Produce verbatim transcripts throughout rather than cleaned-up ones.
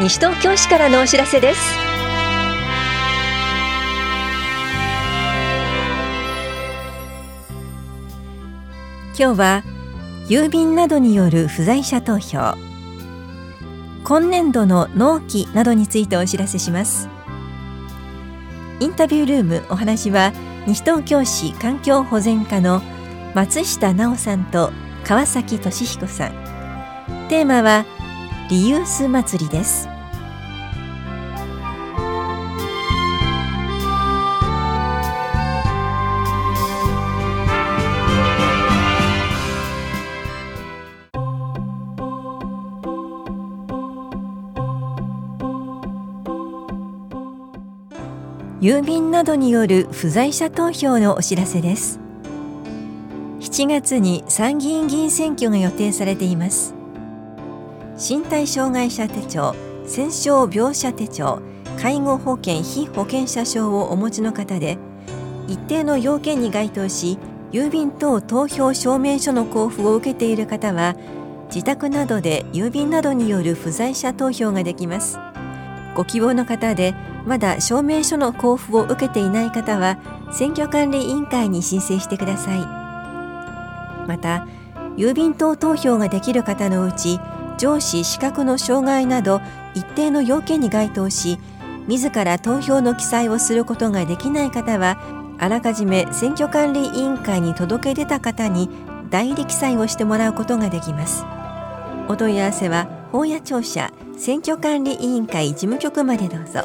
西東京市からのお知らせです。今日は郵便などによる不在者投票、今年度の納期などについてお知らせします。インタビュールーム、お話は西東京市環境保全課の松下直さんと川崎俊彦さん。テーマはリユース祭りです。郵便などによる不在者投票のお知らせです。しちがつに参議院議員選挙が予定されています。身体障害者手帳、戦傷病者手帳、介護保険被保険者証をお持ちの方で、一定の要件に該当し、郵便等投票証明書の交付を受けている方は、自宅などで郵便などによる不在者投票ができます。ご希望の方でまだ証明書の交付を受けていない方は、選挙管理委員会に申請してください。また、郵便等投票ができる方のうち、上司資格の障害など一定の要件に該当し、自ら投票の記載をすることができない方は、あらかじめ選挙管理委員会に届け出た方に代理記載をしてもらうことができます。お問い合わせは本屋庁舎選挙管理委員会事務局までどうぞ。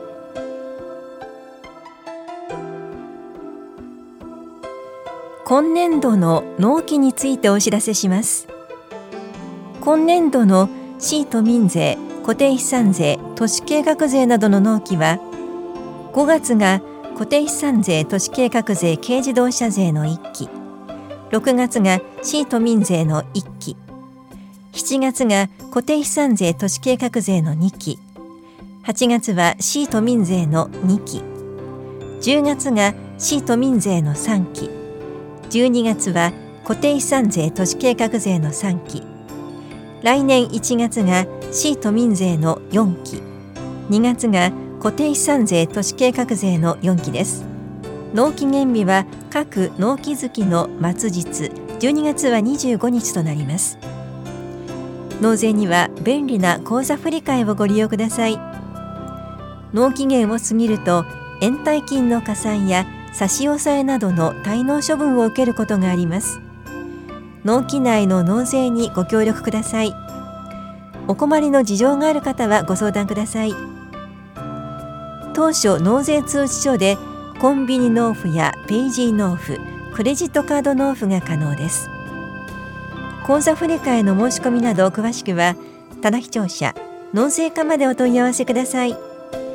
今年度の納期についてお知らせします。今年度の市都民税、固定資産税、都市計画税などの納期は、ごがつが固定資産税、都市計画税、軽自動車税のいっき、ろくがつが市都民税のいっき、しちがつが固定資産税、都市計画税のにき、はちがつは市都民税のにき、じゅうがつが市都民税のさんき、じゅうにがつは固定資産税、都市計画税のさんき、来年いちがつが市都民税のよんき、にがつが固定資産税、都市計画税のよんきです。納期限日は各納期月の末日、じゅうにがつはにじゅうごにちとなります。納税には便利な口座振替をご利用ください。納期限を過ぎると延滞金の加算や差し押さえなどの滞納処分を受けることがあります。納期内の納税にご協力ください。お困りの事情がある方はご相談ください。当初納税通知書でコンビニ納付やペイジー納付、クレジットカード納付が可能です。口座振替の申し込みなど詳しくは田木庁舎納税課までお問い合わせください。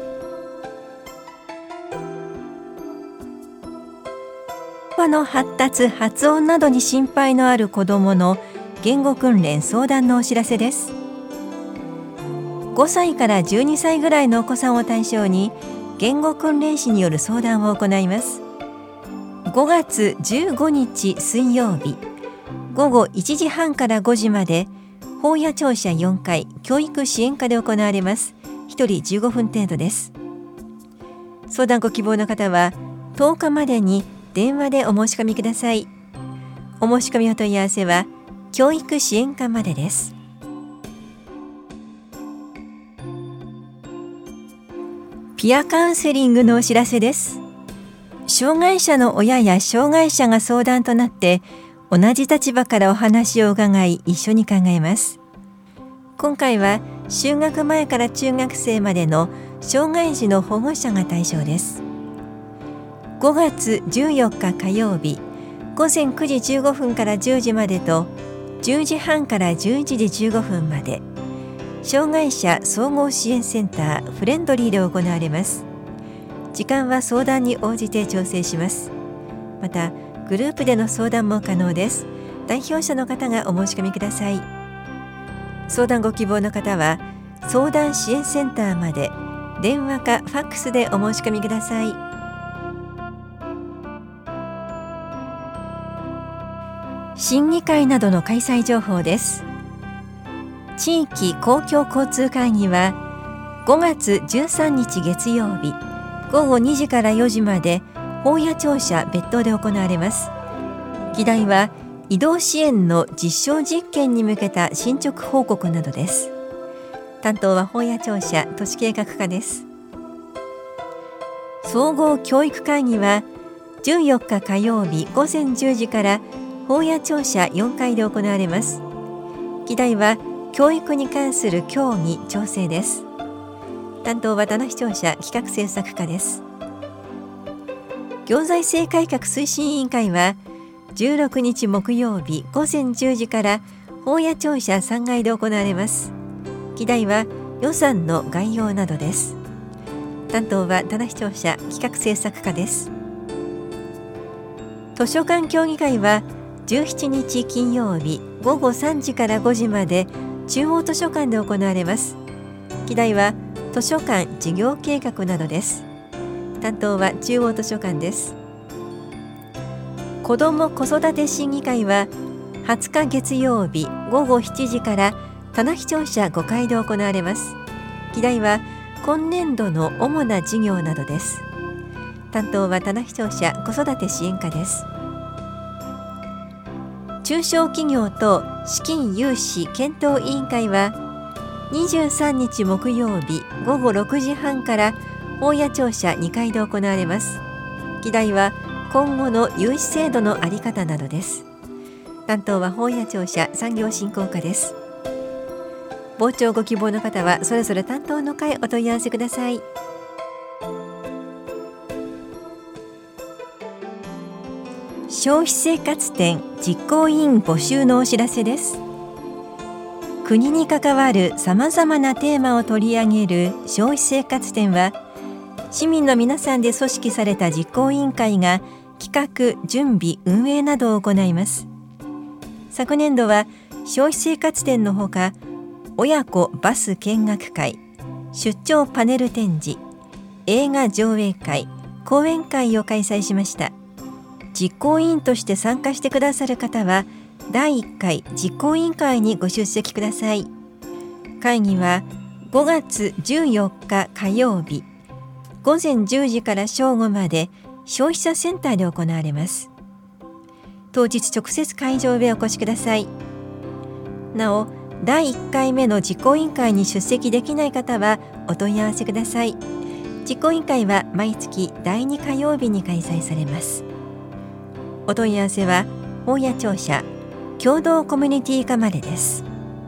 言葉の発達・発音などに心配のある子どもの言語訓練相談のお知らせです。ごさいからじゅうにさいぐらいのお子さんを対象に言語訓練士による相談を行います。ごがつじゅうごにち水曜日、ごごいちじはんからごじまで本屋庁舎よんかい教育支援課で行われます。ひとりじゅうごふん程度です。相談ご希望の方はとおかまでに電話でお申し込みください。お申し込みお問い合わせは教育支援課までです。ピアカウンセリングのお知らせです。障害者の親や障害者が相談となって同じ立場からお話を伺い一緒に考えます。今回は就学前から中学生までの障害児の保護者が対象です。ごがつじゅうよっか火曜日、ごぜんくじじゅうごふんからじゅうじまでとじゅうじはんからじゅういちじじゅうごふんまで、障害者総合支援センターフレンドリーで行われます。時間は相談に応じて調整します。またグループでの相談も可能です。代表者の方がお申し込みください。相談ご希望の方は相談支援センターまで電話かファックスでお申し込みください。審議会などの開催情報です。地域公共交通会議はごがつじゅうさんにち月曜日ごごにじからよじまで法や庁舎別途で行われます。議題は移動支援の実証実験に向けた進捗報告などです。担当は法や庁舎都市計画課です。総合教育会議はじゅうよっか火曜日ごぜんじゅうじから法や庁舎よんかいで行われます。議題は教育に関する協議調整です。担当は田無庁舎企画政策課です。行財政改革推進委員会はじゅうろくにち木曜日ごぜんじゅうじから法や庁舎さんがいで行われます。議題は予算の概要などです。担当は田無庁舎企画政策課です。図書館協議会はじゅうしちにち金曜日ごごさんじからごじまで中央図書館で行われます。議題は図書館事業計画などです。担当は中央図書館です。子ども子育て審議会ははつか月曜日ごごしちじから田無庁舎ごかいで行われます。議題は今年度の主な事業などです。担当は田無庁舎子育て支援課です。中小企業と資金融資検討委員会はにじゅうさんにち木曜日ごごろくじはんから法や庁舎にかいで行われます。議題は今後の融資制度の在り方などです。担当は法や庁舎産業振興課です。傍聴ご希望の方はそれぞれ担当の会お問い合わせください。消費生活展実行委員募集のお知らせです。国に関わるさまざまなテーマを取り上げる消費生活展は、市民の皆さんで組織された実行委員会が企画、準備、運営などを行います。昨年度は消費生活展のほか、親子バス見学会、出張パネル展示、映画上映会、講演会を開催しました。実行委員として参加してくださる方はだいいっかい実行委員会にご出席ください。会議はごがつじゅうよっか火曜日ごぜんじゅうじから正午まで消費者センターで行われます。当日直接会場へお越しください。なお、だいいっかいめの実行委員会に出席できない方はお問い合わせください。実行委員会は毎月だいに火曜日に開催されます。お問い合わせは法や庁舎共同コミュニティ課までです。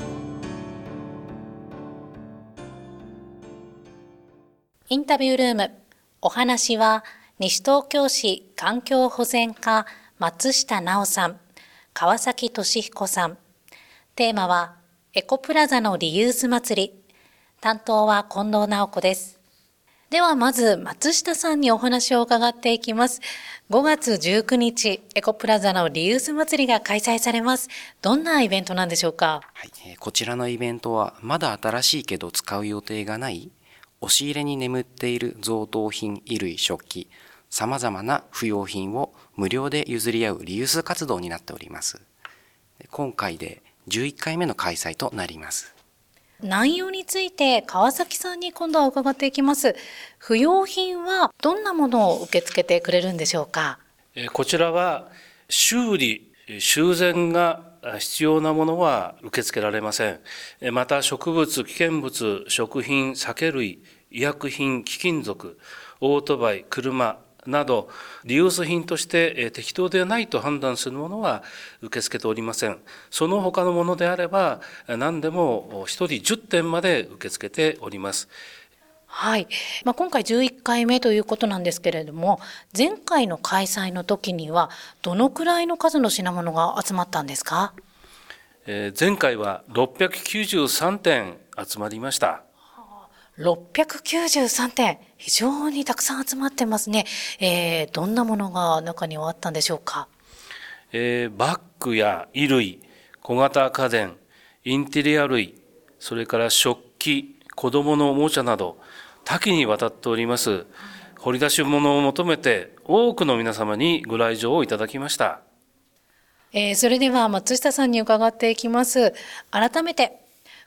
インタビュールーム。お話は西東京市環境保全課松下直さん、川崎俊彦さん。テーマはエコプラザのリユース祭り。担当は近藤直子です。ではまず松下さんにお話を伺っていきます。ごがつじゅうくにち、エコプラザのリユース祭りが開催されます。どんなイベントなんでしょうか？ はい、こちらのイベントはまだ新しいけど使う予定がない押し入れに眠っている贈答品、衣類、食器、さまざまな不要品を無料で譲り合うリユース活動になっております。今回でじゅういっかいめの開催となります。 内容について川崎さんに今度は伺っていきます。不要品はどんなものを受け付けてくれるんでしょうか？ こちらは修理、修繕が必要なものは受け付けられません。また植物、危険物、食品、酒類、医薬品、貴金属、オートバイ、車などリユース品として適当ではないと判断するものは受け付けておりません。その他のものであれば何でもひとりじゅってんまで受け付けております。 はい、まあ、今回じゅういっかいめということなんですけれども、前回の開催の時にはどのくらいの数の品物が集まったんですか？ えー、前回はろっぴゃくきゅうじゅうさんてん集まりました。 ろっぴゃくきゅうじゅうさんてん、非常にたくさん集まってますね。えー、どんなものが中にはあったんでしょうか？ えー、バッグや衣類、小型家電、インテリア類、それから食器、子どものおもちゃなど多岐にわたっております。掘り出し物を求めて多くの皆様にご来場をいただきました。 えー、それでは松下さんに伺っていきます。改めて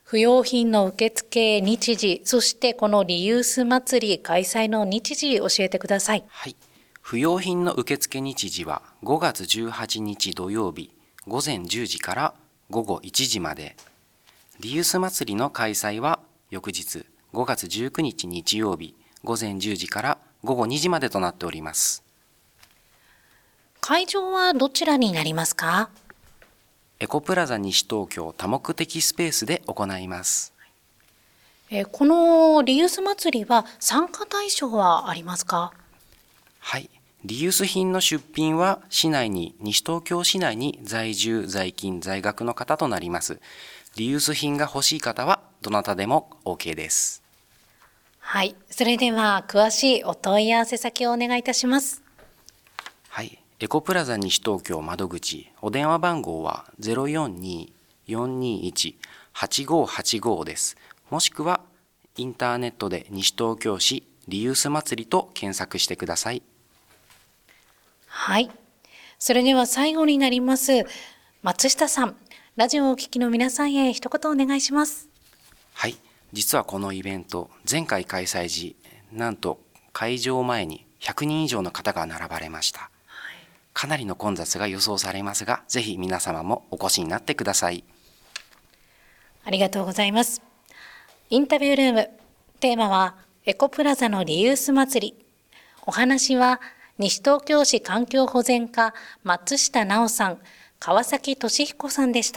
不用品の受付日時、そしてこのリユース祭り開催の日時教えてください。 はい。不用品の受付日時はごがつじゅうはちにち土曜日ごぜんじゅうじからごごいちじまで。リユース祭りの開催は翌日ごがつじゅうくにち日曜日ごぜんじゅうじからごごにじまでとなっております。 会場はどちらになりますか？ エコプラザ西東京多目的スペースで行います。 えー、このリユース祭りは参加対象はありますか？ はい。リユース品の出品は市内に、西東京市内に在住、在勤、在学の方となります。リユース品が欲しい方はどなたでも OK です。 はい。それでは詳しいお問い合わせ先をお願いいたします。 はい。エコプラザ西東京窓口、お電話番号は ゼロよんにーよんにーいちはちごはちご です。もしくはインターネットで西東京市リユース祭りと検索してください。 はい。それでは最後になります。松下さん、ラジオをお聞きの皆さんへ一言お願いします。 はい。実はこのイベント、前回開催時、なんと会場前にひゃくにん以上の方が並ばれました。かなりの混雑が予想されますが、ぜひ皆様もお越しになってください。 ありがとうございます。インタビュールーム、テーマはエコプラザのリユース祭り。お話は西東京市環境保全課松下直さん、川崎俊彦さんでした。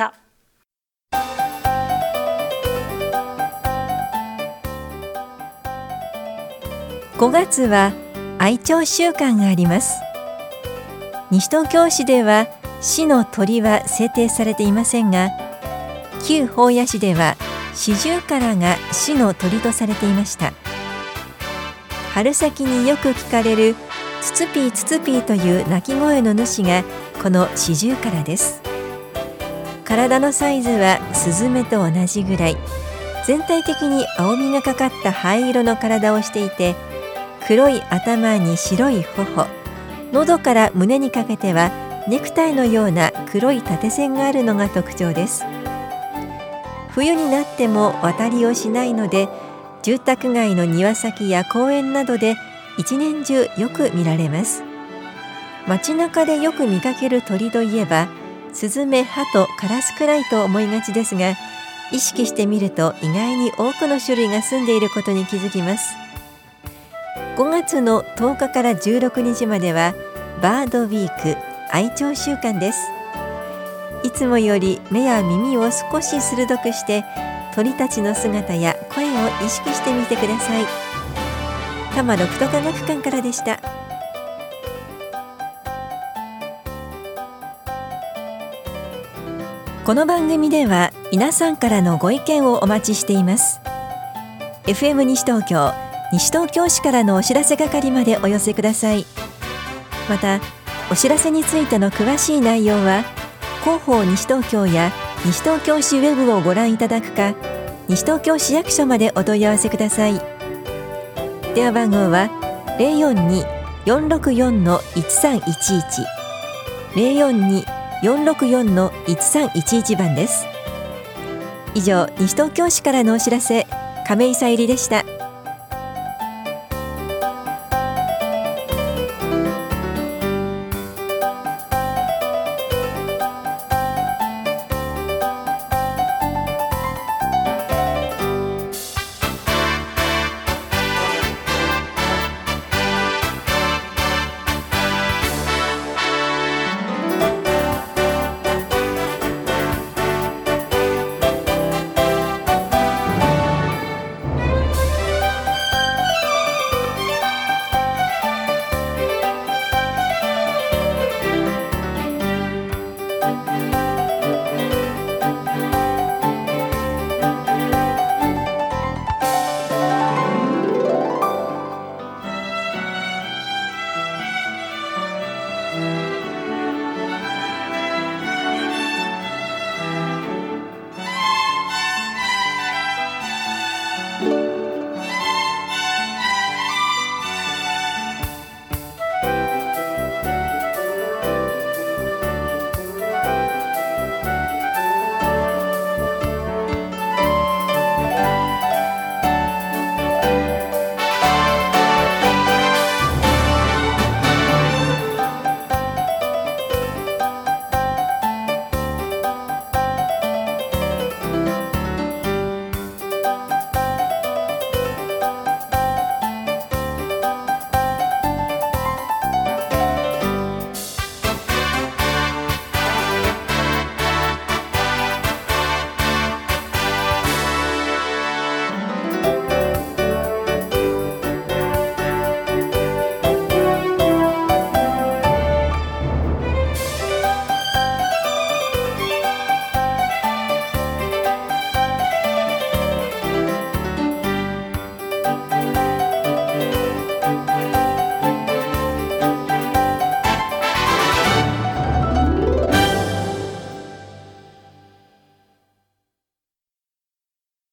ごがつは愛鳥週間があります。西東京市では市の鳥は制定されていませんが、旧保谷市ではシジュウカラが市の鳥とされていました。春先によく聞かれるツツピーツツピーという鳴き声の主がこのシジュウカラです。体のサイズはスズメと同じぐらい、全体的に青みがかかった灰色の体をしていて、黒い頭に白い頬、喉から胸にかけてはネクタイのような黒い縦線があるのが特徴です。冬になっても渡りをしないので、住宅街の庭先や公園などで一年中よく見られます。街中でよく見かける鳥といえば、スズメ、ハト、カラスくらいと思いがちですが、意識してみると意外に多くの種類が住んでいることに気づきます。ごがつのとおかからじゅうろくにちまではバードウィーク愛鳥週間です。いつもより目や耳を少し鋭くして鳥たちの姿や声を意識してみてください。多摩六都科学館からでした。この番組では皆さんからのご意見をお待ちしています。 エフエム 西東京西東京市からのお知らせ係までお寄せください。またお知らせについての詳しい内容は広報西東京や西東京市ウェブをご覧いただくか、西東京市役所までお問い合わせください。電話番号は ゼロよんにーよんろくよんのいちさんいちいち ゼロよんにーよんろくよんのいちさんいちいち番です。以上、西東京市からのお知らせ、亀井さゆりでした。